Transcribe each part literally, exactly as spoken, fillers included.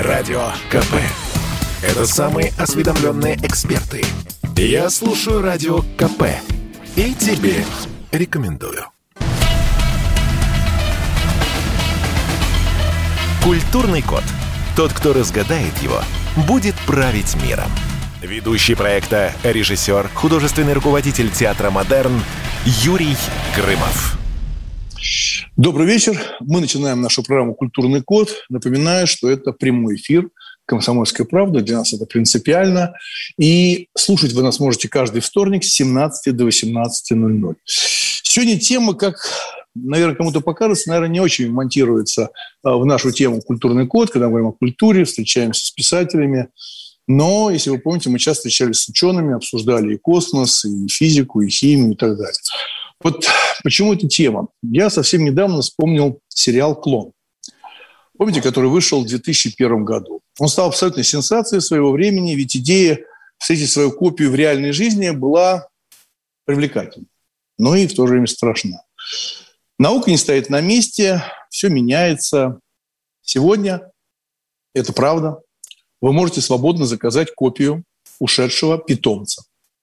Радио КП. Это самые осведомленные эксперты. Я слушаю Радио КП и тебе рекомендую. Культурный код. Тот, кто разгадает его, будет править миром. Ведущий проекта, режиссер, художественный руководитель театра «Модерн» Юрий Грымов. Добрый вечер. Мы начинаем нашу программу «Культурный код». Напоминаю, что это прямой эфир «Комсомольская правда». Для нас это принципиально. И слушать вы нас можете каждый вторник с семнадцати до восемнадцати ноль ноль. Сегодня тема, как, наверное, кому-то покажется, наверное, не очень монтируется в нашу тему «Культурный код», когда мы говорим о культуре, встречаемся с писателями. Но, если вы помните, мы часто встречались с учеными, обсуждали и космос, и физику, и химию, и так далее. Вот почему эта тема? Я совсем недавно вспомнил сериал «Клон». Помните, который вышел в две тысячи первом году. Он стал абсолютной сенсацией своего времени, ведь идея встретить свою копию в реальной жизни была привлекательна, но и в то же время страшна. Наука не стоит на месте, все меняется. Сегодня, это правда, вы можете свободно заказать копию ушедшего питомца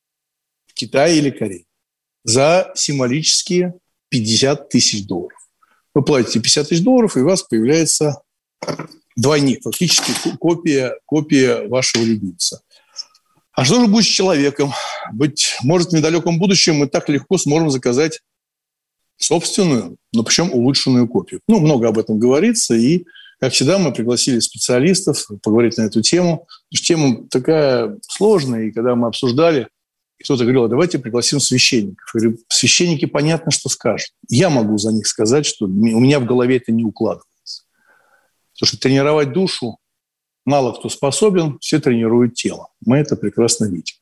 в Китае или Корее за символические пятьдесят тысяч долларов. Вы платите пятьдесят тысяч долларов, и у вас появляется двойник, фактически копия, копия вашего любимца. А что же будет с человеком? Быть может, в недалеком будущем мы так легко сможем заказать собственную, но причем улучшенную копию. Ну, много об этом говорится, и, как всегда, мы пригласили специалистов поговорить на эту тему. Потому что тема такая сложная, и когда мы обсуждали, кто-то говорил, давайте пригласим священников. Я говорю, священники понятно, что скажут. Я могу за них сказать, что у меня в голове это не укладывается. Потому что тренировать душу мало кто способен, все тренируют тело. Мы это прекрасно видим.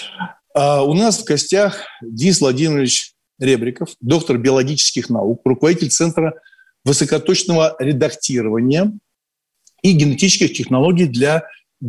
А у нас в гостях Денис Владимирович Ребриков, доктор биологических наук, руководитель Центра высокоточного редактирования и генетических технологий для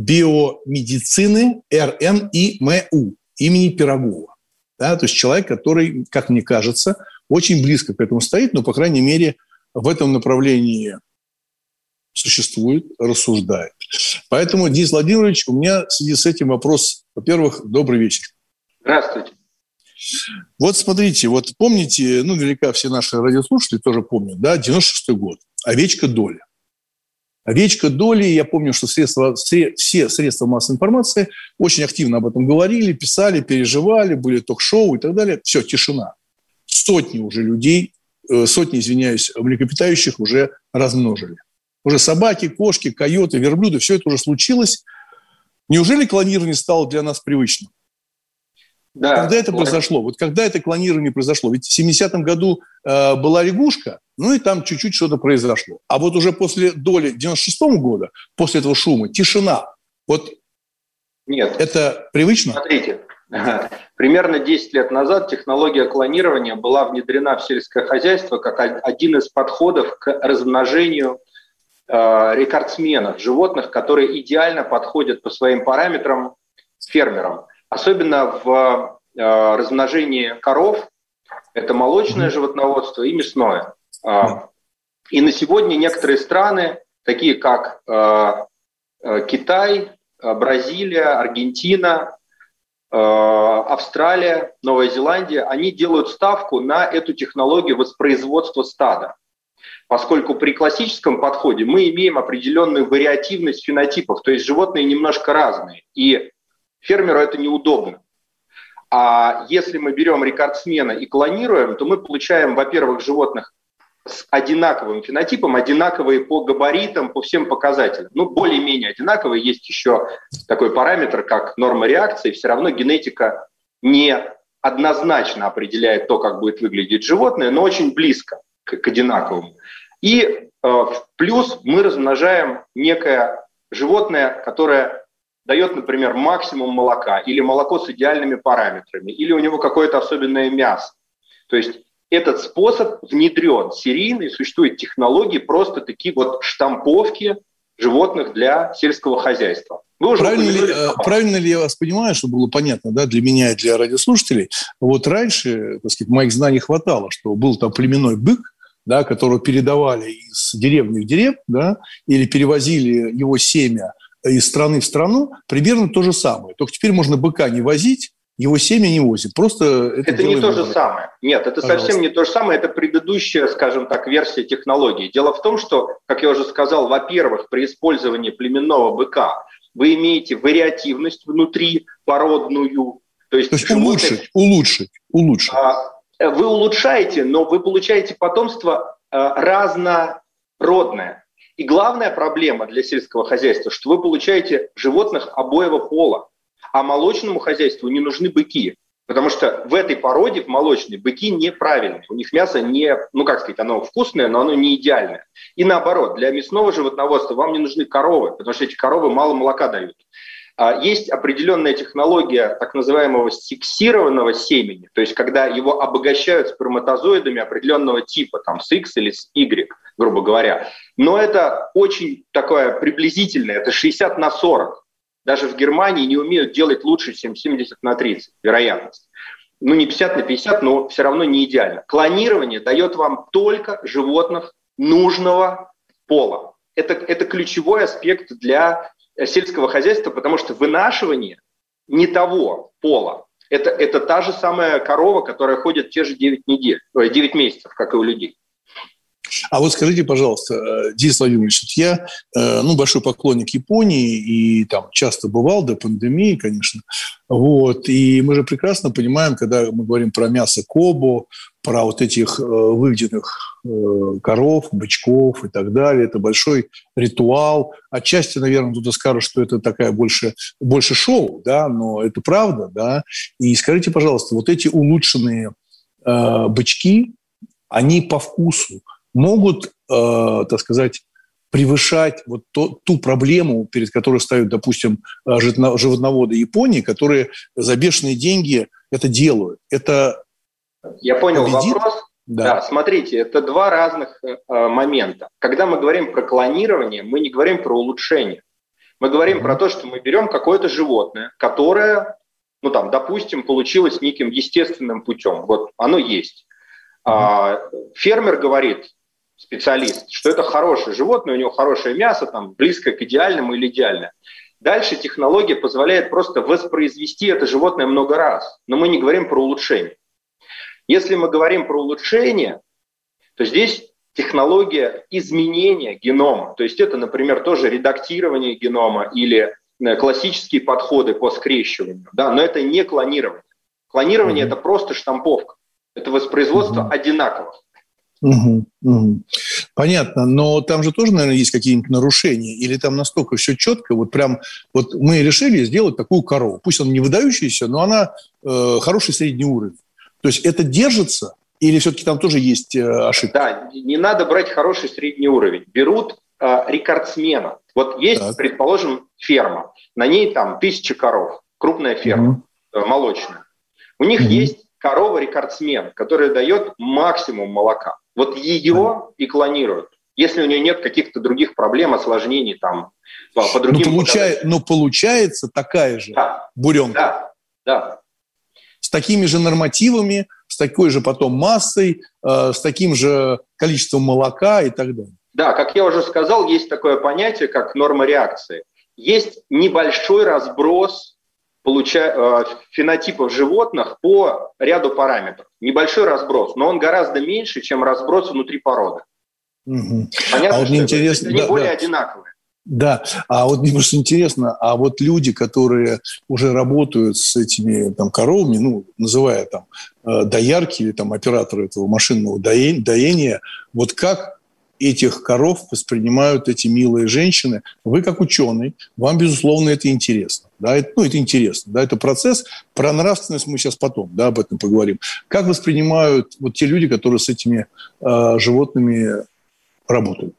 биомедицины эр эн и эм у имени Пирогова. Да, то есть человек, который, как мне кажется, очень близко к этому стоит, но, по крайней мере, в этом направлении существует, рассуждает. Поэтому, Денис Владимирович, у меня в связи с этим вопрос. Во-первых, добрый вечер. Здравствуйте. Вот смотрите, вот помните, ну, наверняка все наши радиослушатели тоже помнят, да, девяносто шестой год, «Овечка Долли». «Овечка Долли», я помню, что средства, все средства массовой информации очень активно об этом говорили, писали, переживали, были ток-шоу и так далее. Все, тишина. Сотни уже людей, сотни, извиняюсь, млекопитающих уже размножили. Уже собаки, кошки, койоты, верблюды, все это уже случилось. Неужели клонирование стало для нас привычным? Да, когда это произошло? Вот когда это клонирование произошло? Ведь в семидесятом году э, была лягушка, ну и там чуть-чуть что-то произошло. А вот уже после Долли девяносто шестого года, после этого шума, тишина. Вот Нет. Это привычно? Смотрите, примерно десять лет назад технология клонирования была внедрена в сельское хозяйство как один из подходов к размножению э, рекордсменов, животных, которые идеально подходят по своим параметрам фермерам. Особенно в э, размножении коров, это молочное mm-hmm. животноводство и мясное. Mm-hmm. И на сегодня некоторые страны, такие как э, э, Китай, э, Бразилия, Аргентина, э, Австралия, Новая Зеландия, они делают ставку на эту технологию воспроизводства стада. Поскольку при классическом подходе мы имеем определенную вариативность фенотипов, то есть животные немножко разные, и фермеру это неудобно. А если мы берем рекордсмена и клонируем, то мы получаем, во-первых, животных с одинаковым фенотипом, одинаковые по габаритам, по всем показателям. Ну, более-менее одинаковые. Есть еще такой параметр, как норма реакции. Все равно генетика не однозначно определяет то, как будет выглядеть животное, но очень близко к, к одинаковому. И э, плюс мы размножаем некое животное, которое дает, например, максимум молока или молоко с идеальными параметрами, или у него какое-то особенное мясо. То есть этот способ внедрен серийно, и существуют технологии, просто такие вот штамповки животных для сельского хозяйства. Вы уже правильно, ли, правильно ли я вас понимаю, чтобы было понятно, да, для меня и для радиослушателей? Вот раньше, так сказать, моих знаний хватало, что был там племенной бык, да, которого передавали из деревни в деревню, да, или перевозили его семя из страны в страну, примерно то же самое. Только теперь можно быка не возить, его семя не возит. Просто это это не то же самое. Нет, это Пожалуйста. совсем не то же самое. Это предыдущая, скажем так, версия технологии. Дело в том, что, как я уже сказал, во-первых, при использовании племенного быка вы имеете вариативность внутри породную. То есть, то есть улучшить, улучшить, улучшить. Вы улучшаете, но вы получаете потомство разнородное. И главная проблема для сельского хозяйства, что вы получаете животных обоего пола. А молочному хозяйству не нужны быки, потому что в этой породе, в молочной, быки неправильные. У них мясо не, ну как сказать, оно вкусное, но оно не идеальное. И наоборот, для мясного животноводства вам не нужны коровы, потому что эти коровы мало молока дают. Есть определенная технология так называемого сексированного семени, то есть когда его обогащают сперматозоидами определенного типа, там с X или с Y, грубо говоря. Но это очень такое приблизительное, это шестьдесят на сорок. Даже в Германии не умеют делать лучше, чем семьдесят на тридцать, вероятность. Ну, не пятьдесят на пятьдесят, но все равно не идеально. Клонирование дает вам только животных нужного пола. Это, это ключевой аспект для сельского хозяйства, потому что вынашивание не того пола. Это, это та же самая корова, которая ходит те же девять недель, девять месяцев, как и у людей. А вот скажите, пожалуйста, Денис Владимирович, я ну, большой поклонник Японии и там часто бывал до пандемии, конечно. Вот, и мы же прекрасно понимаем, когда мы говорим про мясо Кобо, про вот этих выведенных коров, бычков и так далее, это большой ритуал. Отчасти, наверное, кто-то скажет, что это такая больше, больше шоу, да, но это правда, да. И скажите, пожалуйста, вот эти улучшенные э, бычки, они по вкусу могут, э, так сказать, превышать вот то, ту проблему, перед которой ставят, допустим, животноводы Японии, которые за бешеные деньги это делают. Это Я понял победит? вопрос. Да. Да, смотрите, это два разных э, момента. Когда мы говорим про клонирование, мы не говорим про улучшение. Мы говорим mm-hmm. про то, что мы берем какое-то животное, которое, ну там, допустим, получилось неким естественным путем. Вот оно есть. Mm-hmm. А, фермер говорит, специалист, что это хорошее животное, у него хорошее мясо, там, близкое к идеальному или идеальное. Дальше технология позволяет просто воспроизвести это животное много раз. Но мы не говорим про улучшение. Если мы говорим про улучшение, то здесь технология изменения генома. То есть это, например, тоже редактирование генома или классические подходы по скрещиванию. Да? Но это не клонирование. Клонирование mm-hmm. – это просто штамповка. Это воспроизводство mm-hmm. одинаковых. Угу, угу. Понятно, но там же тоже, наверное, есть какие-нибудь нарушения, или там настолько все четко, вот прям, вот мы решили сделать такую корову, пусть она не выдающаяся, но она э, хороший средний уровень. То есть это держится, или все-таки там тоже есть э, ошибки? Да, не надо брать хороший средний уровень, берут э, рекордсмена. Вот есть, так. предположим, ферма, на ней там тысяча коров, крупная ферма, угу. э, молочная. У них угу. есть корова-рекордсмен, которая дает максимум молока. Вот ее и клонируют, если у нее нет каких-то других проблем, осложнений там по, по другим... Но, получай, но получается такая же да. буренка. Да, да. С такими же нормативами, с такой же потом массой, э, с таким же количеством молока и так далее. Да, как я уже сказал, есть такое понятие, как норма реакции. Есть небольшой разброс Получа... фенотипов животных по ряду параметров. Небольшой разброс, но он гораздо меньше, чем разброс внутри породы. Угу. Понятно, а вот что мне интересно, это не да, более да. одинаковые. Да, а вот мне просто интересно, а вот люди, которые уже работают с этими там коровами, ну, называя там доярки или там операторы этого машинного доения, вот как этих коров воспринимают эти милые женщины? Вы как ученый, вам, безусловно, это интересно. Да? Это, ну, это интересно. Да? Это процесс. Про нравственность мы сейчас потом да, об этом поговорим. Как воспринимают вот те люди, которые с этими э, животными работают?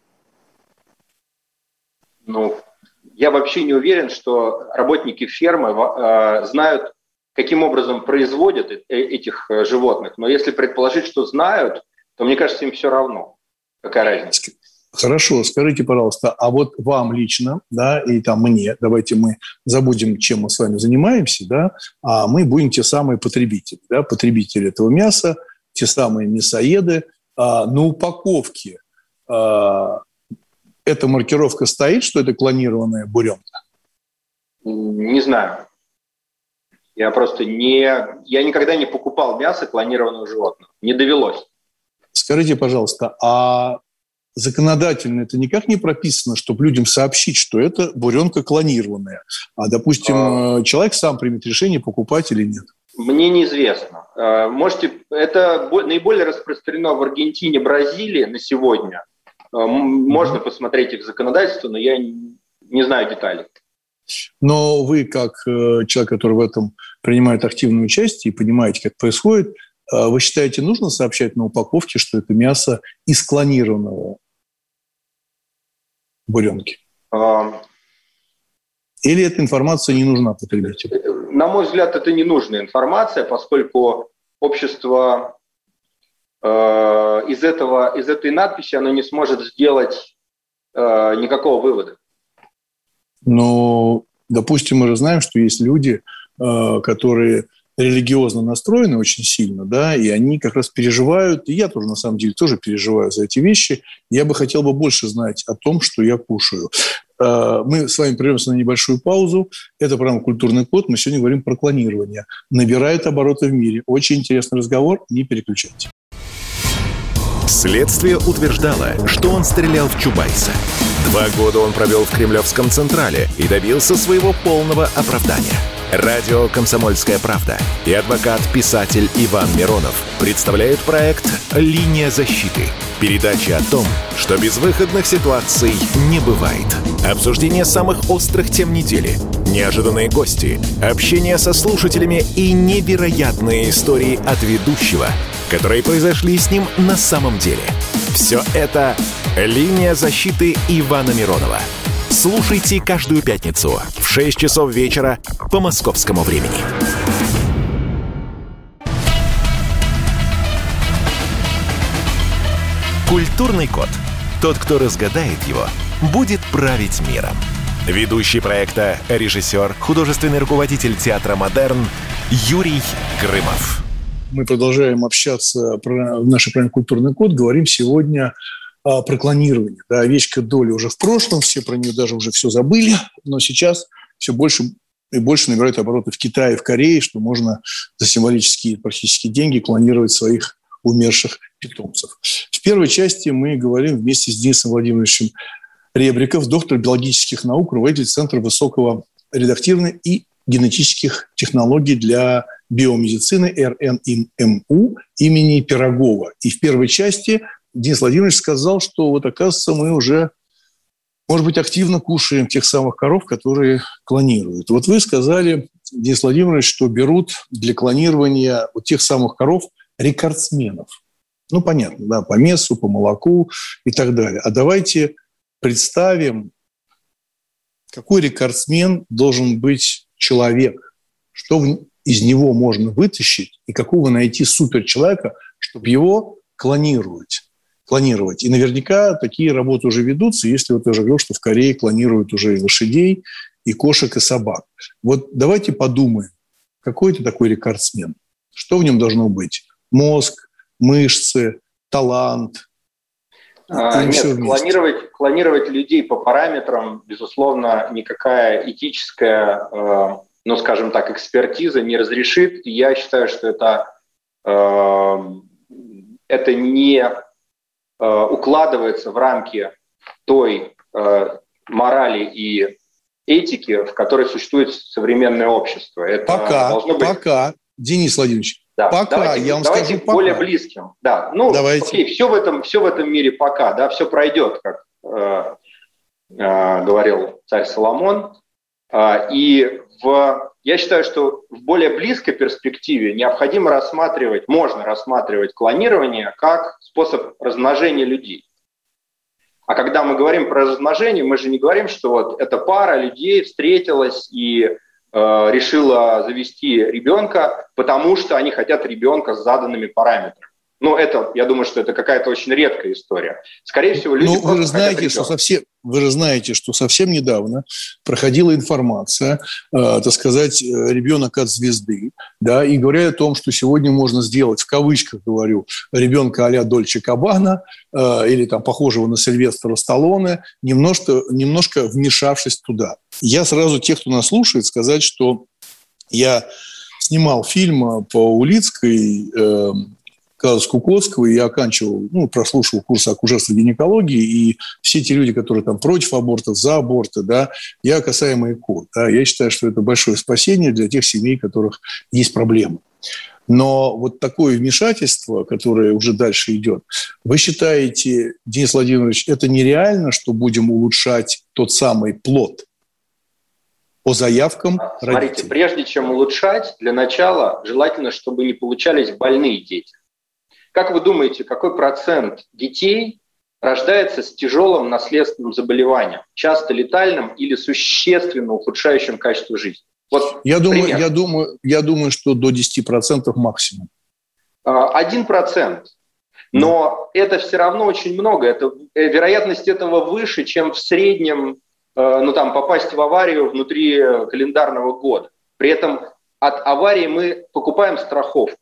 Ну, я вообще не уверен, что работники фермы э, знают, каким образом производят этих животных. Но если предположить, что знают, то, мне кажется, им все равно. Какая разница? Хорошо, скажите, пожалуйста, а вот вам лично, да, и там мне, давайте мы забудем, чем мы с вами занимаемся, да, а мы будем те самые потребители, да, потребители этого мяса, те самые мясоеды, а, на упаковке а, эта маркировка стоит, что это клонированная буренка? Не знаю. Я просто не... Я никогда не покупал мясо клонированного животного. Не довелось. Скажите, пожалуйста, а законодательно это никак не прописано, чтобы людям сообщить, что это буренка клонированная? А, допустим, а... человек сам примет решение, покупать или нет? Мне неизвестно. Можете... Это наиболее распространено в Аргентине, Бразилии на сегодня. Можно mm-hmm. посмотреть их законодательство, но я не знаю деталей. Но вы, как человек, который в этом принимает активное участие и понимаете, как происходит, вы считаете, нужно сообщать на упаковке, что это мясо из клонированного буренки? А... Или эта информация не нужна потребителю? На мой взгляд, это ненужная информация, поскольку общество э, из, этого, из этой надписи оно не сможет сделать э, никакого вывода. Но, допустим, мы же знаем, что есть люди, э, которые религиозно настроены очень сильно, да, и они как раз переживают, и я тоже, на самом деле, тоже переживаю за эти вещи. Я бы хотел бы больше знать о том, что я кушаю. Мы с вами прервемся на небольшую паузу. Это программа «Культурный код». Мы сегодня говорим про клонирование. Набирает обороты в мире. Очень интересный разговор. Не переключайте. Следствие утверждало, что он стрелял в Чубайса. Два года он провел в Кремлевском Централе и добился своего полного оправдания. Радио «Комсомольская правда» и адвокат-писатель Иван Миронов представляют проект «Линия защиты». Передача о том, что безвыходных ситуаций не бывает. Обсуждение самых острых тем недели, неожиданные гости, общение со слушателями и невероятные истории от ведущего, которые произошли с ним на самом деле. Все это «Линия защиты» Ивана Миронова. Слушайте каждую пятницу в шесть часов вечера по московскому времени. Культурный код. Тот, кто разгадает его, будет править миром. Ведущий проекта, режиссер, художественный руководитель театра «Модерн» Юрий Грымов. Мы продолжаем общаться в нашей программе «Культурный код». Говорим сегодня про клонирование. Да, овечка Долли уже в прошлом, все про нее даже уже все забыли, но сейчас все больше и больше набирают обороты в Китае и в Корее, что можно за символические практически деньги клонировать своих умерших питомцев. В первой части мы говорим вместе с Денисом Владимировичем Ребриков, доктор биологических наук, руководитель Центра высокого редактирования и генетических технологий для биомедицины эр эн эм у имени Пирогова. И в первой части Денис Владимирович сказал, что вот, оказывается, мы уже, может быть, активно кушаем тех самых коров, которые клонируют. Вот вы сказали, Денис Владимирович, что берут для клонирования вот тех самых коров рекордсменов. Ну, понятно, да, по мясу, по молоку и так далее. А давайте представим, какой рекордсмен должен быть человек, что из него можно вытащить и какого найти суперчеловека, чтобы его клонировать. клонировать. И наверняка такие работы уже ведутся, если вот я уже говорил, что в Корее клонируют уже и лошадей, и кошек, и собак. Вот давайте подумаем, какой это такой рекордсмен? Что в нем должно быть? Мозг, мышцы, талант? А, нет, клонировать, клонировать людей по параметрам, безусловно, никакая этическая, э, ну, скажем так, экспертиза не разрешит. И я считаю, что это, э, это не укладывается в рамки той э, морали и этики, в которой существует современное общество. Это пока, должно быть... пока, Денис Владимирович, да. пока, давайте, я вам давайте скажу, к пока. более близким. Да. Ну, давайте. Окей, все в этом, все в этом мире пока, да, все пройдет, как э, э, говорил царь Соломон. Э, и в Я считаю, что в более близкой перспективе необходимо рассматривать, можно рассматривать клонирование как способ размножения людей. А когда мы говорим про размножение, мы же не говорим, что вот эта пара людей встретилась и э, решила завести ребенка, потому что они хотят ребенка с заданными параметрами. Ну, это, я думаю, что это какая-то очень редкая история. Скорее всего, люди ну, просто вы же знаете, хотят что совсем, вы же знаете, что совсем недавно проходила информация, э, так сказать, ребенок от звезды, да, и говоря о том, что сегодня можно сделать, в кавычках говорю, ребенка а-ля Дольче Габбана э, или там похожего на Сильвестра Сталлоне, немножко, немножко вмешавшись туда. Я сразу тех, кто нас слушает, сказать, что я снимал фильм по Улицкой, э, казус Кукоцкого, и я оканчивал, ну, прослушивал курсы акушерства и гинекологии, и все те люди, которые там против абортов, за аборты, да, я касаемо ЭКО. Да, я считаю, что это большое спасение для тех семей, у которых есть проблемы. Но вот такое вмешательство, которое уже дальше идет, вы считаете, Денис Владимирович, это нереально, что будем улучшать тот самый плод по заявкам Смотрите, родителей? прежде чем улучшать, для начала желательно, чтобы не получались больные дети. Как вы думаете, какой процент детей рождается с тяжелым наследственным заболеванием, часто летальным или существенно ухудшающим качество жизни? Вот я, думаю, я, думаю, я думаю, что до десяти процентов максимум. Один процент. Но mm. это все равно очень много. Это, вероятность этого выше, чем в среднем, ну, там, попасть в аварию внутри календарного года. При этом от аварии мы покупаем страховку.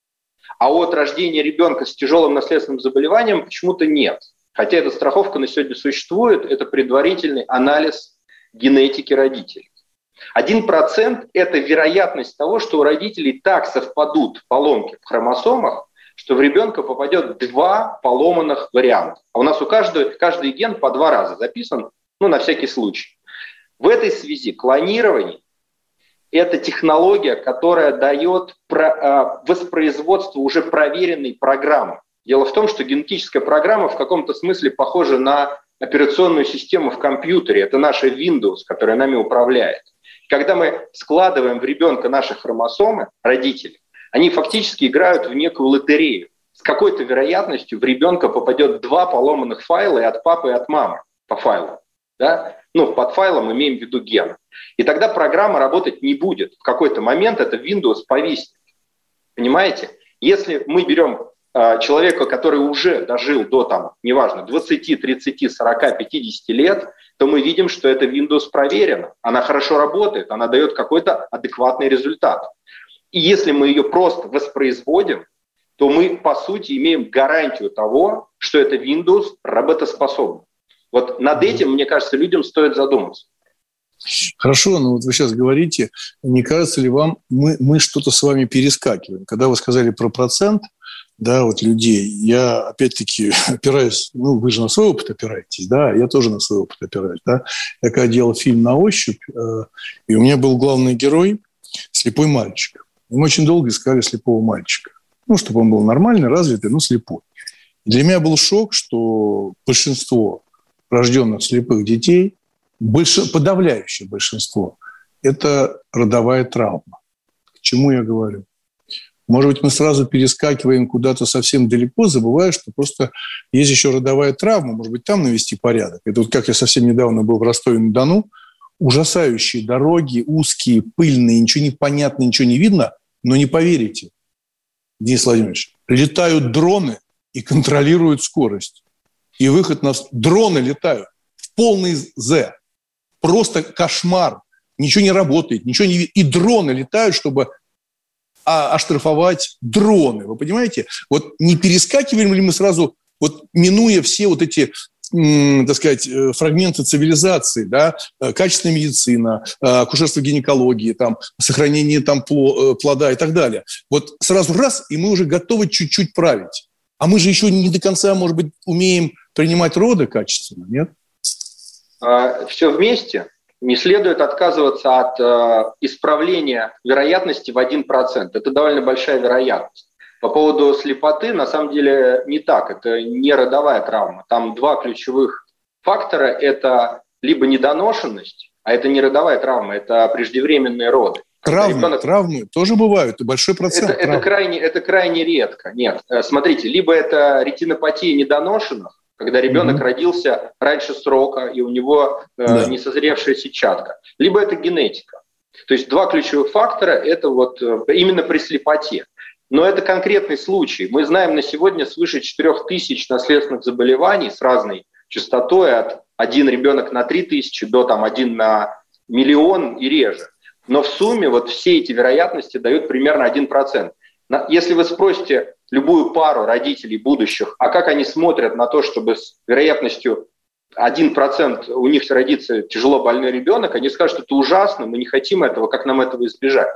А от рождения ребенка с тяжелым наследственным заболеванием почему-то нет. Хотя эта страховка на сегодня существует, это предварительный анализ генетики родителей. Один процент – это вероятность того, что у родителей так совпадут поломки в хромосомах, что в ребенка попадет два поломанных варианта. А у нас у каждого, каждый ген по два раза записан, ну, на всякий случай. В этой связи клонирование – это технология, которая дает воспроизводство уже проверенной программы. Дело в том, что генетическая программа в каком-то смысле похожа на операционную систему в компьютере. Это наша Windows, которая нами управляет. Когда мы складываем в ребенка наши хромосомы, родители, они фактически играют в некую лотерею. С какой-то вероятностью в ребенка попадет два поломанных файла и от папы, и от мамы по файлу. Да? Ну, под файлом имеем в виду ген. И тогда программа работать не будет. В какой-то момент это Windows повиснет. Понимаете? Если мы берем э, человека, который уже дожил до, там, неважно, двадцати, тридцати, сорока, пятидесяти лет, то мы видим, что эта Windows проверена. Она хорошо работает, она дает какой-то адекватный результат. И если мы ее просто воспроизводим, то мы, по сути, имеем гарантию того, что эта Windows работоспособна. Вот над этим, мне кажется, людям стоит задуматься. Хорошо, но вот вы сейчас говорите, не кажется ли вам, мы, мы что-то с вами перескакиваем? Когда вы сказали про процент, да, вот людей, я опять-таки опираюсь, ну, вы же на свой опыт опираетесь, да, я тоже на свой опыт опираюсь, да. Я когда делал фильм «На ощупь», э, и у меня был главный герой слепой мальчик. Мы очень долго искали слепого мальчика. Ну, чтобы он был нормальный, развитый, но слепой. И для меня был шок, что большинство рожденных слепых детей, больш... подавляющее большинство, это родовая травма. К чему я говорю? Может быть, мы сразу перескакиваем куда-то совсем далеко, забывая, что просто есть еще родовая травма, может быть, там навести порядок. Это вот как я совсем недавно был в Ростове-на-Дону, ужасающие дороги, узкие, пыльные, ничего не понятно, ничего не видно, но не поверите, Денис Владимирович, летают дроны и контролируют скорость. И выход на... Дроны летают в полный З. Просто кошмар. Ничего не работает, ничего не видно. И дроны летают, чтобы оштрафовать дроны. Вы понимаете? Вот не перескакиваем ли мы сразу, вот минуя все вот эти, м, так сказать, фрагменты цивилизации, да, качественная медицина, акушерство гинекологии, там, сохранение там, плода и так далее. Вот сразу раз, и мы уже готовы чуть-чуть править. А мы же еще не до конца, может быть, умеем принимать роды качественно, нет? Все вместе. Не следует отказываться от э, исправления вероятности в один процент. Это довольно большая вероятность. По поводу слепоты, на самом деле, не так. Это не родовая травма. Там два ключевых фактора. Это либо недоношенность, а это не родовая травма, это преждевременные роды. Травмы, ребенок... травмы тоже бывают, и большой процент. Это, это, крайне, это крайне редко. Нет, смотрите, либо это ретинопатия недоношенных, когда ребенок mm-hmm. родился раньше срока, и у него э, да. несозревшая сетчатка. Либо это генетика. То есть два ключевых фактора – это вот э, именно при слепоте. Но это конкретный случай. Мы знаем на сегодня свыше четырех тысяч наследственных заболеваний с разной частотой от один ребенок на три тысячи до там, один на миллион и реже. Но в сумме вот все эти вероятности дают примерно один процент. Если вы спросите любую пару родителей будущих, а как они смотрят на то, чтобы с вероятностью один процент у них родится тяжело больной ребенок, они скажут, что это ужасно, мы не хотим этого, как нам этого избежать.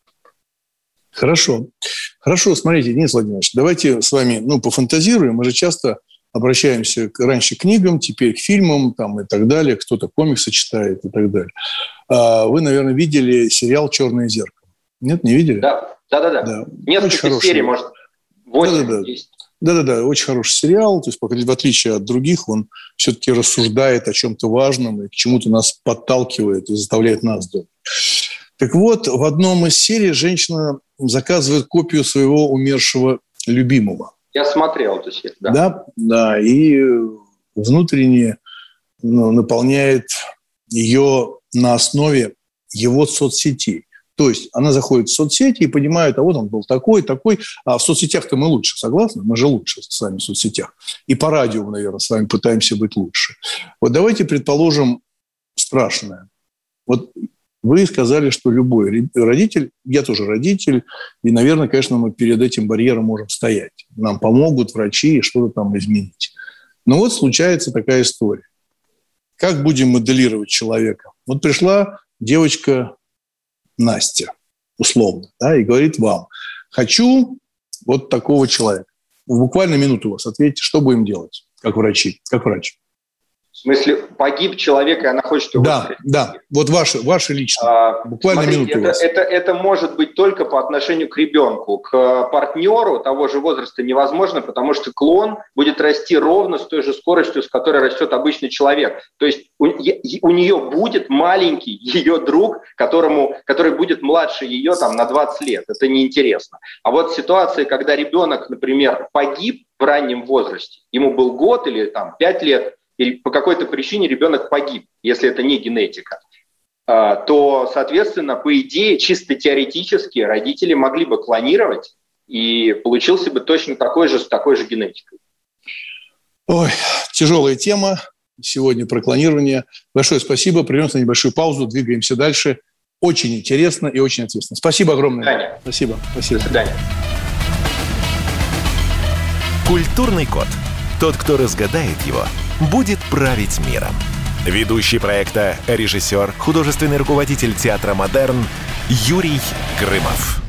Хорошо. Хорошо, смотрите, Денис Владимирович, давайте с вами ну, пофантазируем. Мы же часто обращаемся к, раньше к книгам, теперь к фильмам там, и так далее. Кто-то комиксы читает и так далее. А вы, наверное, видели сериал «Черное зеркало». Нет, не видели? Да, да-да-да. Да. Несколько серий, может, восемь есть. Да-да-да, очень хороший сериал. То есть, в отличие от других, он все-таки рассуждает о чем-то важном и к чему-то нас подталкивает и заставляет нас думать. Так вот, в одном из серий женщина заказывает копию своего умершего любимого. Я смотрел эту серию, да. Да, да, и внутренне ну, наполняет ее на основе его соцсетей. То есть она заходит в соцсети и понимает, а вот он был такой, такой. А в соцсетях-то мы лучше, согласны? Мы же лучше с вами в соцсетях. И по радио, наверное, с вами пытаемся быть лучше. Вот давайте предположим страшное. Вот вы сказали, что любой родитель, я тоже родитель, и, наверное, конечно, мы перед этим барьером можем стоять. Нам помогут врачи и что-то там изменить. Но вот случается такая история. Как будем моделировать человека? Вот пришла девочка Настя, условно, да, и говорит вам, хочу вот такого человека. Буквально минуту у вас ответьте, что будем делать, как врачи, как врач. В смысле, погиб человек, и она хочет его Да, встретить? Да, вот ваше, ваше личное. А, Буквально смотрите, минуту это, у вас. Это, это может быть только по отношению к ребенку. К партнеру того же возраста невозможно, потому что клон будет расти ровно с той же скоростью, с которой растет обычный человек. То есть у, у нее будет маленький ее друг, которому, который будет младше ее там, на двадцать лет. Это неинтересно. А вот ситуация, когда ребенок, например, погиб в раннем возрасте, ему был год или там, пять лет, или по какой-то причине ребенок погиб, если это не генетика, то, соответственно, по идее, чисто теоретически родители могли бы клонировать, и получился бы точно такой же с такой же генетикой. Ой, тяжелая тема сегодня про клонирование. Большое спасибо. Прервемся на небольшую паузу, двигаемся дальше. Очень интересно и очень ответственно. Спасибо огромное. До свидания. Спасибо. Спасибо. До свидания. Культурный код. Тот, кто разгадает его, будет править миром. Ведущий проекта, режиссер, художественный руководитель театра «Модерн» Юрий Грымов.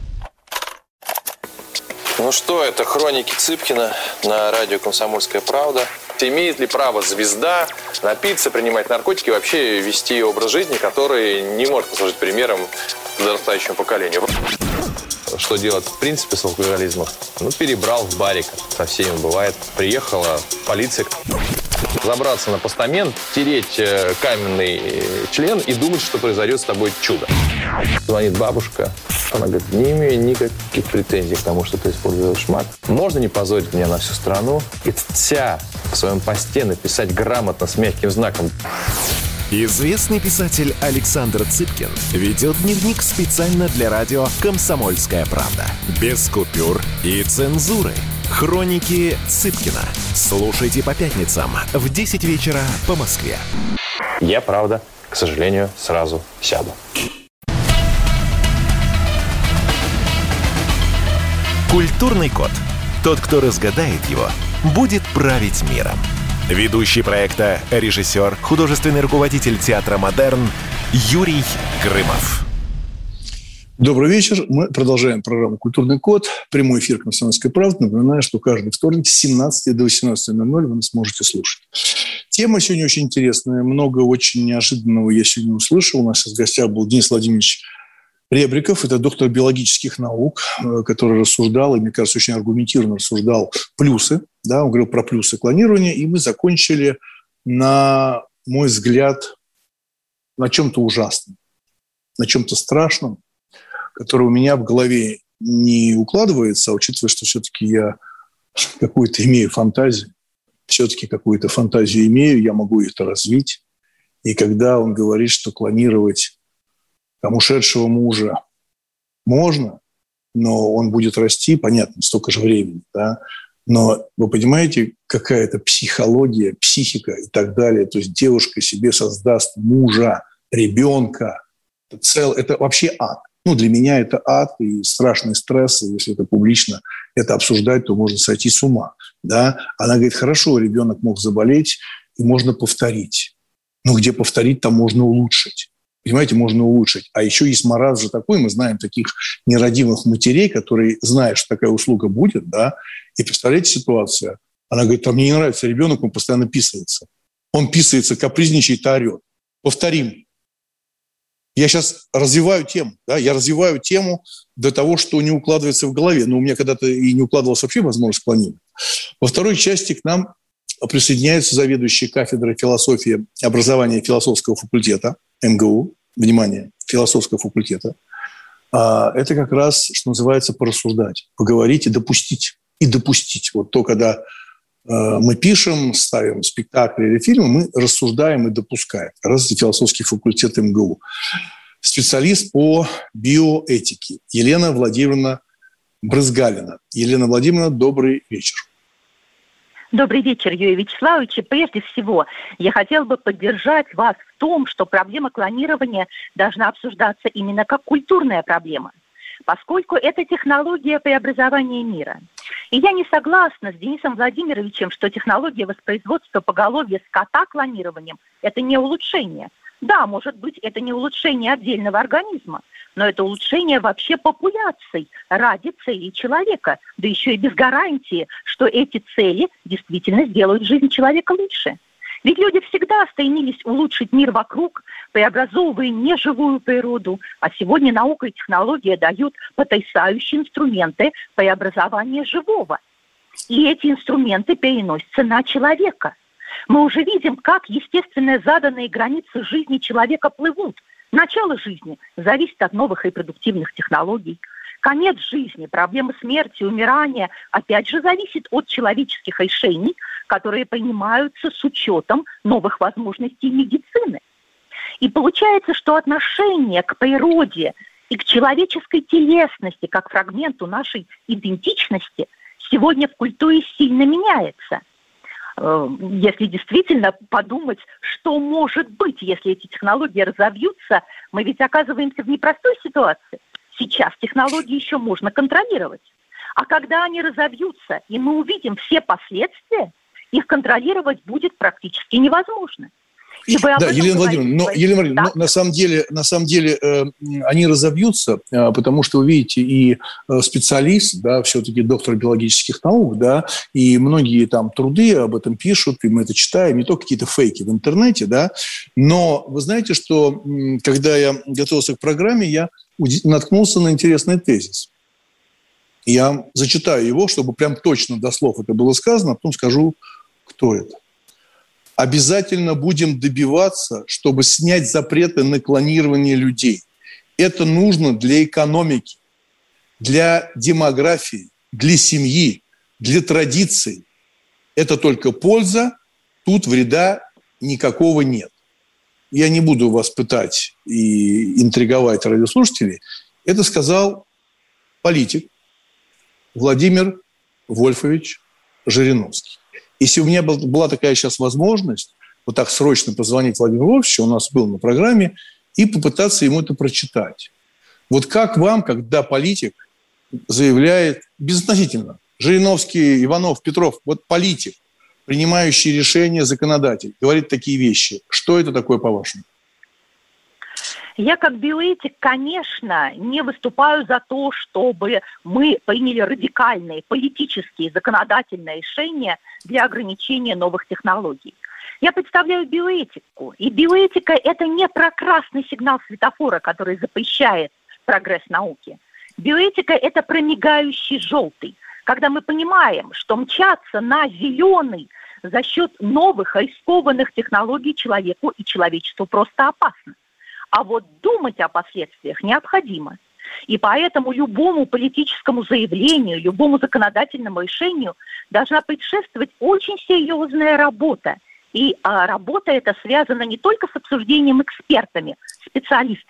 Ну что, это хроники Цыпкина на радио «Комсомольская правда». Имеет ли право звезда напиться, принимать наркотики и вообще вести образ жизни, который не может послужить примером подрастающему поколению? Что делать в принципе с алкоголизмом? Ну, перебрал в барик. Со всеми бывает. Приехала полиция. Забраться на постамент, тереть каменный член и думать, что произойдет с тобой чудо. Звонит бабушка. Она говорит, не имею никаких претензий к тому, что ты используешь мат. Можно не позорить меня на всю страну и вся в своем посте написать грамотно с мягким знаком. Известный писатель Александр Цыпкин ведет дневник специально для радио «Комсомольская правда». Без купюр и цензуры. Хроники Цыпкина. Слушайте по пятницам в десять вечера по Москве. Я, правда, к сожалению, сразу сяду. Культурный код. Тот, кто разгадает его, будет править миром. Ведущий проекта, режиссер, художественный руководитель театра «Модерн» Юрий Грымов. Добрый вечер. Мы продолжаем программу «Культурный код». Прямой эфир «Комсомольской правды». Напоминаю, что каждый вторник с семнадцати до восемнадцати ноль ноль вы нас можете слушать. Тема сегодня очень интересная. Много очень неожиданного я сегодня услышал. У нас в гостях был Денис Владимирович Ребриков. Это доктор биологических наук, который рассуждал, и, мне кажется, очень аргументированно рассуждал плюсы. Да, он говорил про плюсы клонирования. И мы закончили, на мой взгляд, на чем-то ужасном, на чем-то страшном, который у меня в голове не укладывается, а учитывая, что все-таки я какую-то имею фантазию, все-таки какую-то фантазию имею, я могу это развить. И когда он говорит, что клонировать там ушедшего мужа можно, но он будет расти, понятно, столько же времени, да, Но вы понимаете, какая это психология, психика и так далее. То есть девушка себе создаст мужа, ребенка. Это, цел, это вообще ад. Ну, для меня это ад и страшный стресс. И если это публично это обсуждать, то можно сойти с ума. Да? Она говорит, хорошо, ребенок мог заболеть, и можно повторить. Но где повторить, там можно улучшить. Понимаете, можно улучшить. А еще есть маразм же такой, мы знаем таких нерадивых матерей, которые знают, что такая услуга будет, да, и представляете ситуацию, она говорит, а мне не нравится ребенок, он постоянно писается. Он писается, капризничает и орет. Повторим. Я сейчас развиваю тему, да, я развиваю тему до того, что не укладывается в голове. Но у меня когда-то и не укладывалась вообще возможность планировать. Во второй части к нам присоединяется заведующий кафедрой философии и образования философского факультета эм гэ у, внимание, философского факультета. Это как раз, что называется, порассуждать, поговорить и допустить. И допустить. Вот то, когда мы пишем, ставим спектакли или фильмы, мы рассуждаем и допускаем. Как раз это философский факультет эм гэ у. Специалист по биоэтике Елена Владимировна Брызгалина. Елена Владимировна, добрый вечер. Добрый вечер, Юрий Вячеславович. И прежде всего, я хотела бы поддержать вас в том, что проблема клонирования должна обсуждаться именно как культурная проблема, поскольку это технология преобразования мира. И я не согласна с Денисом Владимировичем, что технология воспроизводства поголовья скота клонированием – это не улучшение. Да, может быть, это не улучшение отдельного организма, но это улучшение вообще популяций ради целей человека, да еще и без гарантии, что эти цели действительно сделают жизнь человека лучше. Ведь люди всегда стремились улучшить мир вокруг, преобразовывая неживую природу, а сегодня наука и технология дают потрясающие инструменты преобразования живого. И эти инструменты переносятся на человека. Мы уже видим, как естественно заданные границы жизни человека плывут. Начало жизни зависит от новых репродуктивных технологий. Конец жизни, проблемы смерти, умирания, опять же, зависит от человеческих решений, которые принимаются с учетом новых возможностей медицины. И получается, что отношение к природе и к человеческой телесности, как фрагменту нашей идентичности, сегодня в культуре сильно меняется. Если действительно подумать, что может быть, если эти технологии разовьются, мы ведь оказываемся в непростой ситуации. Сейчас технологии еще можно контролировать. А когда они разовьются, и мы увидим все последствия, их контролировать будет практически невозможно. И вы об да, этом Елена говорите. Владимировна, но, Елена Владимировна, да? но на самом деле, на самом деле э, они разовьются, э, потому что, вы видите, и э, специалист, да, все-таки доктор биологических наук, да, и многие там труды об этом пишут, и мы это читаем, не только какие-то фейки в интернете, да, но вы знаете, что м, когда я готовился к программе, я наткнулся на интересный тезис. Я зачитаю его, чтобы прям точно до слов это было сказано, а потом скажу, кто это. Обязательно будем добиваться, чтобы снять запреты на клонирование людей. Это нужно для экономики, для демографии, для семьи, для традиций. Это только польза, тут вреда никакого нет. Я не буду вас пытать и интриговать радиослушателей. Это сказал политик Владимир Вольфович Жириновский. Если у меня была такая сейчас возможность вот так срочно позвонить Владимиру Вольфовичу, у нас был на программе, и попытаться ему это прочитать. Вот как вам, когда политик заявляет безотносительно, Жириновский, Иванов, Петров, вот политик, принимающий решения, законодатель, говорит такие вещи. Что это такое, по-вашему? Я как биоэтик, конечно, не выступаю за то, чтобы мы приняли радикальные политические законодательные решения для ограничения новых технологий. Я представляю биоэтику, и биоэтика – это не про красный сигнал светофора, который запрещает прогресс науки. Биоэтика – это про мигающий желтый, когда мы понимаем, что мчаться на зеленый за счет новых рискованных технологий человеку и человечеству просто опасно. А вот думать о последствиях необходимо. И поэтому любому политическому заявлению, любому законодательному решению должна предшествовать очень серьезная работа. И а, работа эта связана не только с обсуждением экспертами, специалистами,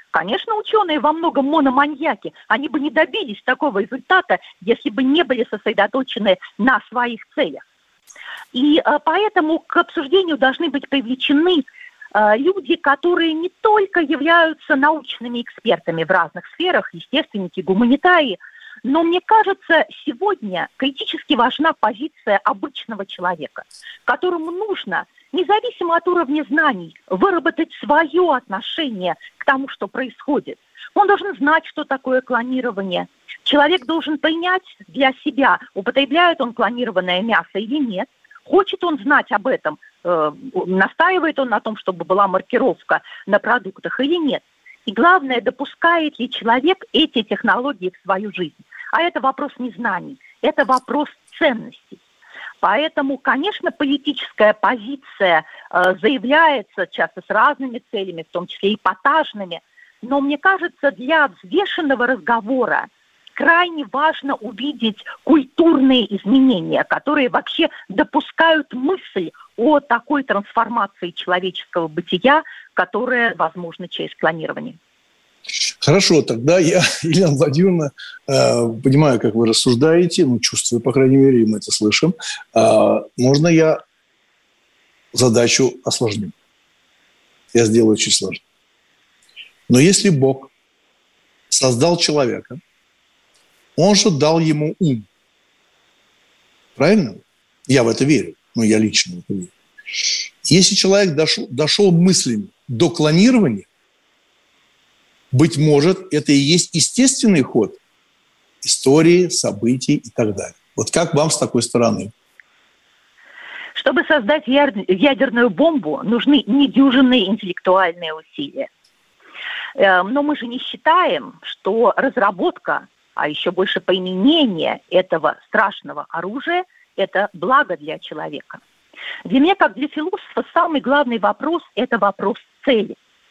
Конечно, ученые во многом мономаньяки. Они бы не добились такого результата, если бы не были сосредоточены на своих целях. И э, поэтому к обсуждению должны быть привлечены э, люди, которые не только являются научными экспертами в разных сферах, естественники, гуманитарии, но, мне кажется, сегодня критически важна позиция обычного человека, которому нужно, независимо от уровня знаний, выработать свое отношение к тому, что происходит. Он должен знать, что такое клонирование. Человек должен принять для себя, употребляет он клонированное мясо или нет. Хочет он знать об этом, э, настаивает он на том, чтобы была маркировка на продуктах или нет. И главное, допускает ли человек эти технологии в свою жизнь. А это вопрос не знаний, это вопрос ценностей. Поэтому, конечно, политическая позиция э, заявляется часто с разными целями, в том числе эпатажными, но, мне кажется, для взвешенного разговора крайне важно увидеть культурные изменения, которые вообще допускают мысль о такой трансформации человеческого бытия, которая возможна через клонирование. Хорошо, тогда я, Елена Владимировна, э, понимаю, как вы рассуждаете, ну, чувствую, по крайней мере, и мы это слышим. Э, можно я задачу осложню? Я сделаю очень сложно. Но если Бог создал человека, Он же дал ему ум. Правильно? Я в это верю. Ну, я лично в это верю. Если человек дошел, дошел мыслями до клонирования, быть может, это и есть естественный ход истории, событий и так далее. Вот как вам с такой стороны? Чтобы создать ядерную бомбу, нужны недюжинные интеллектуальные усилия. Но мы же не считаем, что разработка, а еще больше применение этого страшного оружия – это благо для человека. Для меня, как для философа, самый главный вопрос – это вопрос цели.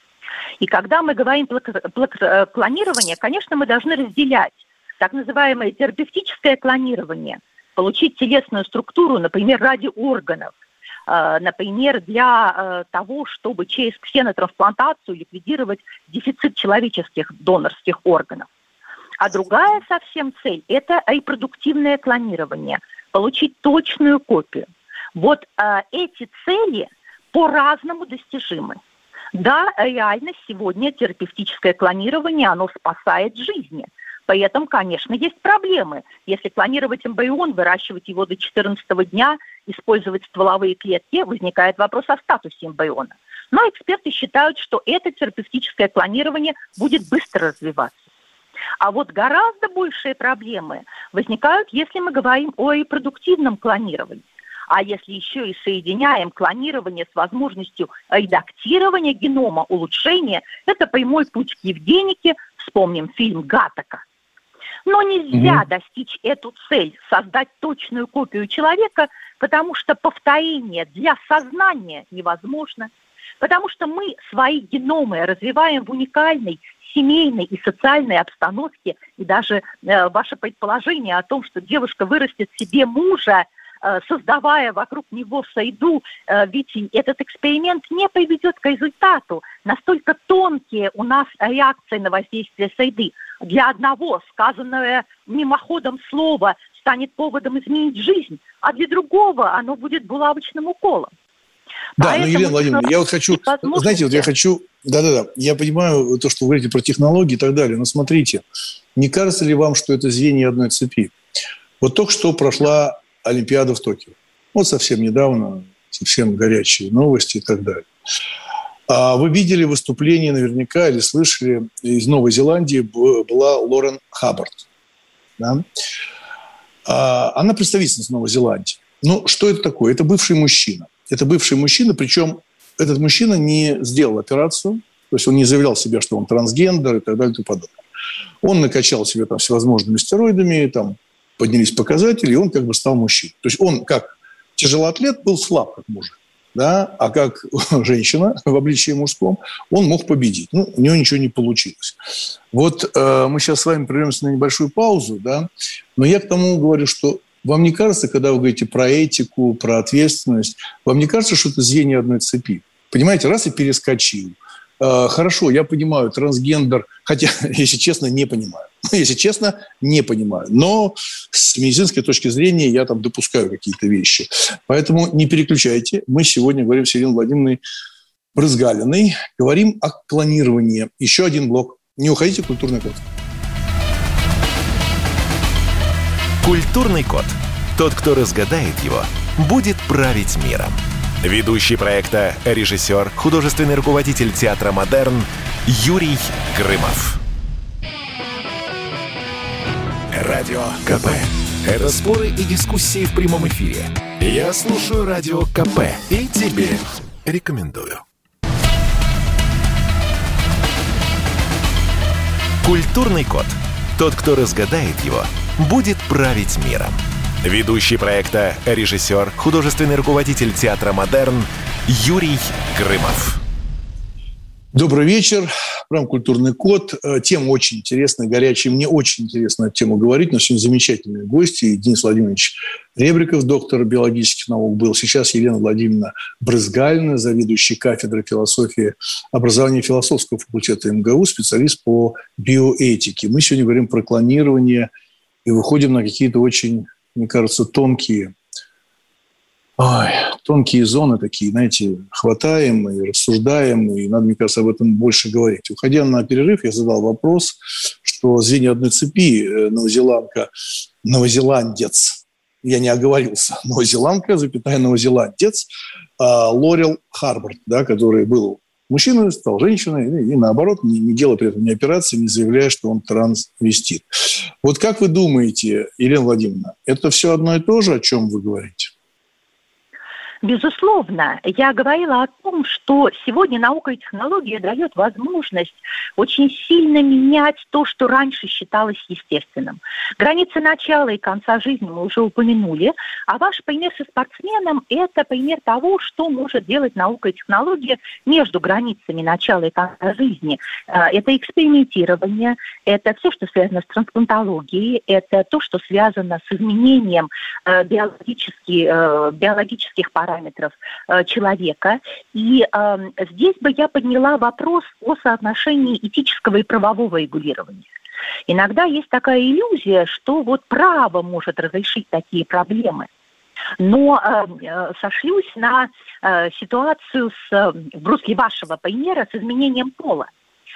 И когда мы говорим про клонирование, конечно, мы должны разделять так называемое терапевтическое клонирование, получить телесную структуру, например, ради органов, например, для того, чтобы через ксенотрансплантацию ликвидировать дефицит человеческих донорских органов. А другая совсем цель – это репродуктивное клонирование, получить точную копию. Вот эти цели по-разному достижимы. Да, реально сегодня терапевтическое клонирование, оно спасает жизни. При этом, конечно, есть проблемы. Если клонировать эмбрион, выращивать его до четырнадцатого дня, использовать стволовые клетки, возникает вопрос о статусе эмбриона. Но эксперты считают, что это терапевтическое клонирование будет быстро развиваться. А вот гораздо большие проблемы возникают, если мы говорим о репродуктивном клонировании. А если еще и соединяем клонирование с возможностью редактирования генома, улучшения, это прямой путь к евгенике, вспомним фильм «Гаттака». Но нельзя mm-hmm. достичь эту цель, создать точную копию человека, потому что повторение для сознания невозможно, потому что мы свои геномы развиваем в уникальной семейной и социальной обстановке, и даже э, ваше предположение о том, что девушка вырастет себе мужа, создавая вокруг него среду, ведь этот эксперимент не приведет к результату. Настолько тонкие у нас реакции на воздействие среды. Для одного сказанное мимоходом слово станет поводом изменить жизнь, а для другого оно будет булавочным уколом. Да, Поэтому, ну, Елена Владимировна, я вот хочу, знаете, вот я хочу, да-да-да, я понимаю то, что вы говорите про технологии и так далее, но смотрите, не кажется ли вам, что это звенья одной цепи? Вот только что прошла Олимпиада в Токио. Вот совсем недавно, совсем горячие новости и так далее. А вы видели выступление наверняка или слышали, из Новой Зеландии была Лорен Хаббард. Да? А, она представительница Новой Зеландии. Ну, что это такое? Это бывший мужчина. Это бывший мужчина, причем этот мужчина не сделал операцию, то есть он не заявлял себя, что он трансгендер и так далее и тому подобное. Он накачал себя там всевозможными стероидами, там, поднялись показатели, и он как бы стал мужчиной. То есть он как тяжелоатлет был слаб, как мужик, да? А как женщина в обличии мужском он мог победить. Ну, у него ничего не получилось. Вот э, мы сейчас с вами прервемся на небольшую паузу, да? Но я к тому говорю, что вам не кажется, когда вы говорите про этику, про ответственность, вам не кажется, что это звенья одной цепи? Понимаете, раз и перескочил, Э, хорошо, я понимаю, трансгендер, хотя, если честно, не понимаю. Если честно, не понимаю. Но с медицинской точки зрения я там допускаю какие-то вещи. Поэтому не переключайте. Мы сегодня говорим с Еленой Владимировной Брызгалиной. Говорим о клонировании. Еще один блок. Не уходите, культурный код. Культурный код. Тот, кто разгадает его, будет править миром. Ведущий проекта, режиссер, художественный руководитель театра «Модерн» Юрий Грымов. Радио КП. Это споры и дискуссии в прямом эфире. Я слушаю Радио КП и тебе рекомендую. Культурный код. Тот, кто разгадает его, будет править миром. Ведущий проекта, режиссер, художественный руководитель театра «Модерн» Юрий Грымов. Добрый вечер. Программа «Культурный код». Тема очень интересная, горячая. Мне очень интересно на эту тему говорить. У нас сегодня замечательные гости. Денис Владимирович Ребриков, доктор биологических наук, был. Сейчас Елена Владимировна Брызгалина, заведующий кафедрой философии образования философского факультета эм гэ у, специалист по биоэтике. Мы сегодня говорим про клонирование и выходим на какие-то очень, мне кажется, тонкие, ой, тонкие зоны такие, знаете, хватаем и рассуждаем, и надо, мне кажется, об этом больше говорить. Уходя на перерыв, я задал вопрос, что звенья одной цепи новозеландка, новозеландец, я не оговорился, новозеландка, запятая новозеландец, Лорел Харборд, да, который был мужчиной, стал женщиной, и, и наоборот, не, не делая при этом ни операции, не заявляя, что он трансвестит. Вот как вы думаете, Елена Владимировна, это все одно и то же, о чем вы говорите? Безусловно, я говорила о том, что сегодня наука и технология дает возможность очень сильно менять то, что раньше считалось естественным. Границы начала и конца жизни мы уже упомянули, а ваш пример со спортсменом – это пример того, что может делать наука и технология между границами начала и конца жизни. Это экспериментирование, это все, что связано с трансплантологией, это то, что связано с изменением биологических, биологических параметров, параметров э, человека. И э, здесь бы я подняла вопрос о соотношении этического и правового регулирования. Иногда есть такая иллюзия, что вот право может разрешить такие проблемы. Но э, сошлюсь на э, ситуацию с, в русле вашего примера, с изменением пола.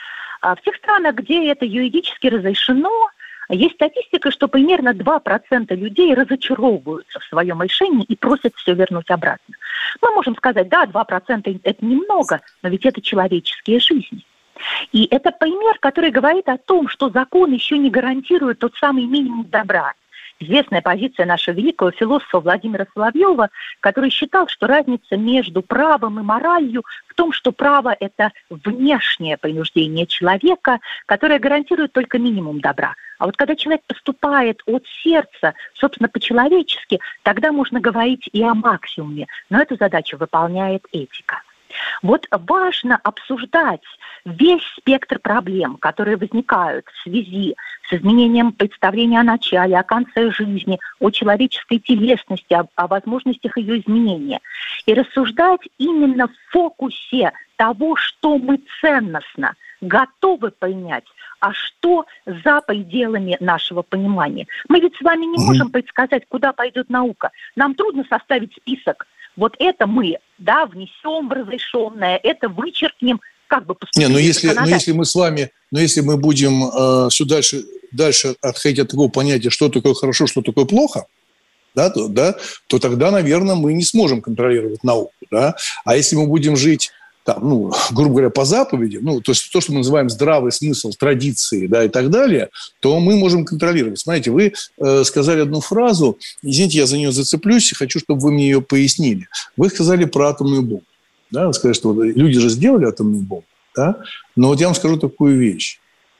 В тех странах, где это юридически разрешено, есть статистика, что примерно два процента людей разочаровываются в своем решении и просят все вернуть обратно. Мы можем сказать, да, два процента это немного, но ведь это человеческие жизни. И это пример, который говорит о том, что закон еще не гарантирует тот самый минимум добра. Известная позиция нашего великого философа Владимира Соловьева, который считал, что разница между правом и моралью в том, что право – это внешнее принуждение человека, которое гарантирует только минимум добра. А вот когда человек поступает от сердца, собственно, по-человечески, тогда можно говорить и о максимуме. Но эту задачу выполняет этика. Вот важно обсуждать весь спектр проблем, которые возникают в связи с изменением представления о начале, о конце жизни, о человеческой телесности, о, о возможностях ее изменения. И рассуждать именно в фокусе того, что мы ценностно готовы принять, а что за пределами нашего понимания. Мы ведь с вами не можем предсказать, куда пойдет наука. Нам трудно составить список. Вот это мы, да, внесем в разрешенное, это вычеркнем, как бы поступить. Не, но если, но если мы с вами, но если мы будем э, все дальше, дальше отходить от такого понятия, что такое хорошо, что такое плохо, да, то, да, то тогда, наверное, мы не сможем контролировать науку, да. А если мы будем жить там, ну, грубо говоря, по заповедям, ну, то есть то, что мы называем здравый смысл, традиции, да, и так далее, то мы можем контролировать. Смотрите, вы э, сказали одну фразу, извините, я за нее зацеплюсь, хочу, чтобы вы мне ее пояснили. Вы сказали про атомную бомбу. Да? Вы сказали, что люди же сделали атомную бомбу, да? Но вот я вам скажу такую вещь,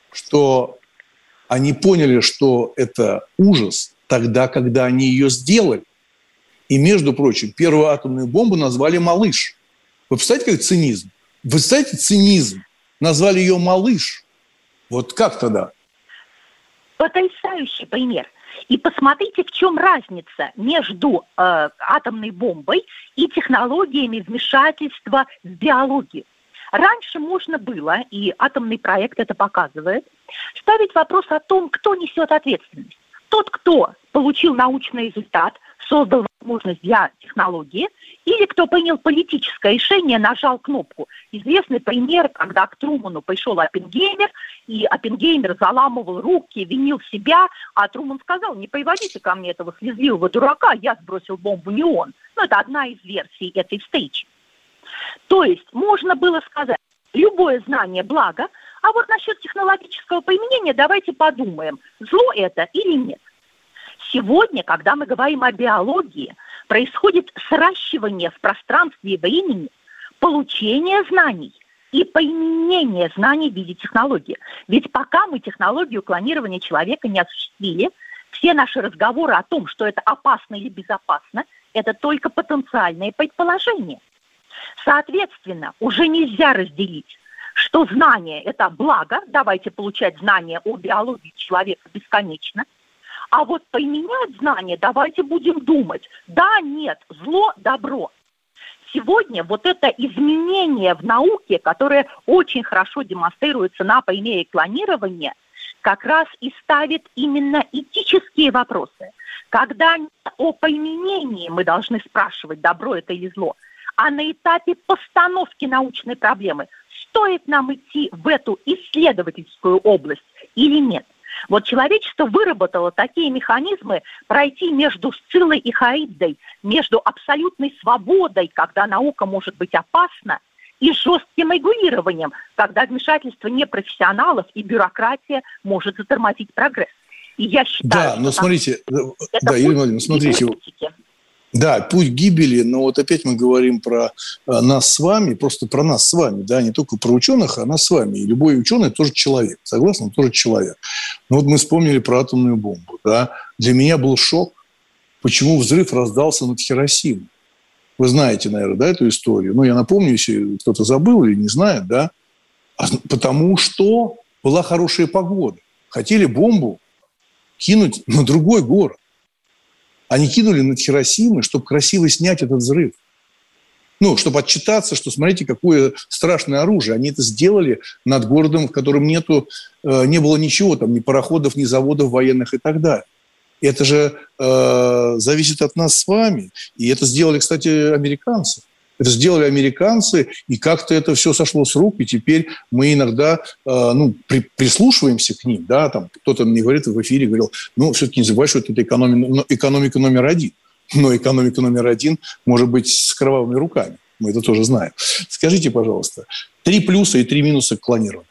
что они поняли, что это ужас тогда, когда они ее сделали. И, между прочим, первую атомную бомбу назвали «Малыш». Вы представляете, как цинизм? Вы представляете цинизм? Назвали ее «Малыш». Вот как тогда? Потрясающий пример. И посмотрите, в чем разница между э, атомной бомбой и технологиями вмешательства в биологию. Раньше можно было, и атомный проект это показывает, ставить вопрос о том, кто несет ответственность. Тот, кто получил научный результат, создал возможность для технологии, или кто принял политическое решение, нажал кнопку. Известный пример, когда к Труману пришел Оппенгеймер, и Оппенгеймер заламывал руки, винил себя, а Труман сказал: не приводите ко мне этого слезливого дурака, я сбросил бомбу, не он. Ну, это одна из версий этой встречи. То есть можно было сказать, любое знание – благо, а вот насчет технологического применения давайте подумаем, зло это или нет. Сегодня, когда мы говорим о биологии, происходит сращивание в пространстве и времени, получение знаний и применение знаний в виде технологии. Ведь пока мы технологию клонирования человека не осуществили, все наши разговоры о том, что это опасно или безопасно, это только потенциальные предположения. Соответственно, уже нельзя разделить, что знание – это благо, давайте получать знания о биологии человека бесконечно, а вот применять знания давайте будем думать, да, нет, зло, добро. Сегодня вот это изменение в науке, которое очень хорошо демонстрируется на примере клонирования, как раз и ставит именно этические вопросы. Когда о применении мы должны спрашивать, добро это или зло, а на этапе постановки научной проблемы, стоит нам идти в эту исследовательскую область или нет. Вот человечество выработало такие механизмы пройти между Сциллой и Харибдой, между абсолютной свободой, когда наука может быть опасна, и жестким регулированием, когда вмешательство непрофессионалов и бюрократия может затормозить прогресс. И я считаю, да, но смотрите, да, Юлия Владимировна, смотрите. Да, путь гибели, но вот опять мы говорим про нас с вами, просто про нас с вами, да, не только про ученых, а нас с вами. И любой ученый тоже человек, согласны? Он тоже человек. Ну вот мы вспомнили про атомную бомбу, да. Для меня был шок, почему взрыв раздался над Хиросимой. Вы знаете, наверное, да, эту историю. Ну, я напомню, если кто-то забыл или не знает, да. Потому что была хорошая погода. Хотели бомбу кинуть на другой город. Они кинули над Хиросимой, чтобы красиво снять этот взрыв. Ну, чтобы отчитаться, что смотрите, какое страшное оружие. Они это сделали над городом, в котором нету, э, не было ничего, там, ни пароходов, ни заводов военных и так далее. Это же э, зависит от нас с вами. И это сделали, кстати, американцы. Это сделали американцы, и как-то это все сошло с рук, и теперь мы иногда э, ну, при, прислушиваемся к ним. Да, там кто-то мне говорит в эфире, говорил, ну, все-таки не забывай, что это экономика, экономика номер один. Но экономика номер один может быть с кровавыми руками. Мы это тоже знаем. Скажите, пожалуйста, три плюса и три минуса к клонированию.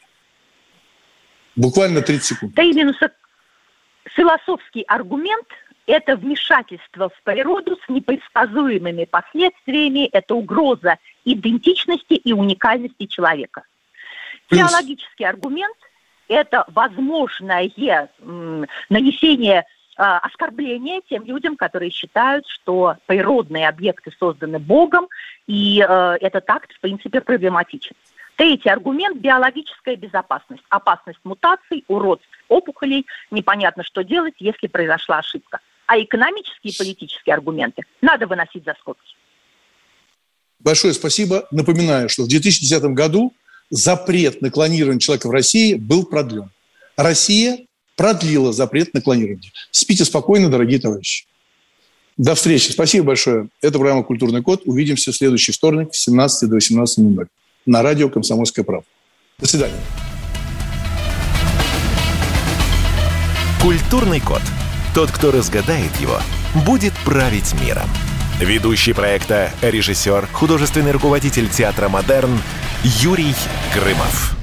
Буквально тридцать секунд. Три минуса. Философский аргумент – это вмешательство в природу с непредсказуемыми последствиями, это угроза идентичности и уникальности человека. Плюс. Теологический аргумент – это возможное м, нанесение э, оскорбления тем людям, которые считают, что природные объекты созданы Богом, и э, этот акт, в принципе, проблематичен. Третий аргумент – биологическая безопасность. Опасность мутаций, уродств опухолей, непонятно, что делать, если произошла ошибка. А экономические и политические аргументы надо выносить за скобки. Большое спасибо. Напоминаю, что в две тысячи десятом году запрет на клонирование человека в России был продлен. Россия продлила запрет на клонирование. Спите спокойно, дорогие товарищи. До встречи. Спасибо большое. Это программа «Культурный код». Увидимся в следующий вторник с семнадцати до восемнадцати ноль ноль на радио «Комсомольская правда». До свидания. «Культурный код». Тот, кто разгадает его, будет править миром. Ведущий проекта, режиссер, художественный руководитель театра «Модерн» Юрий Грымов.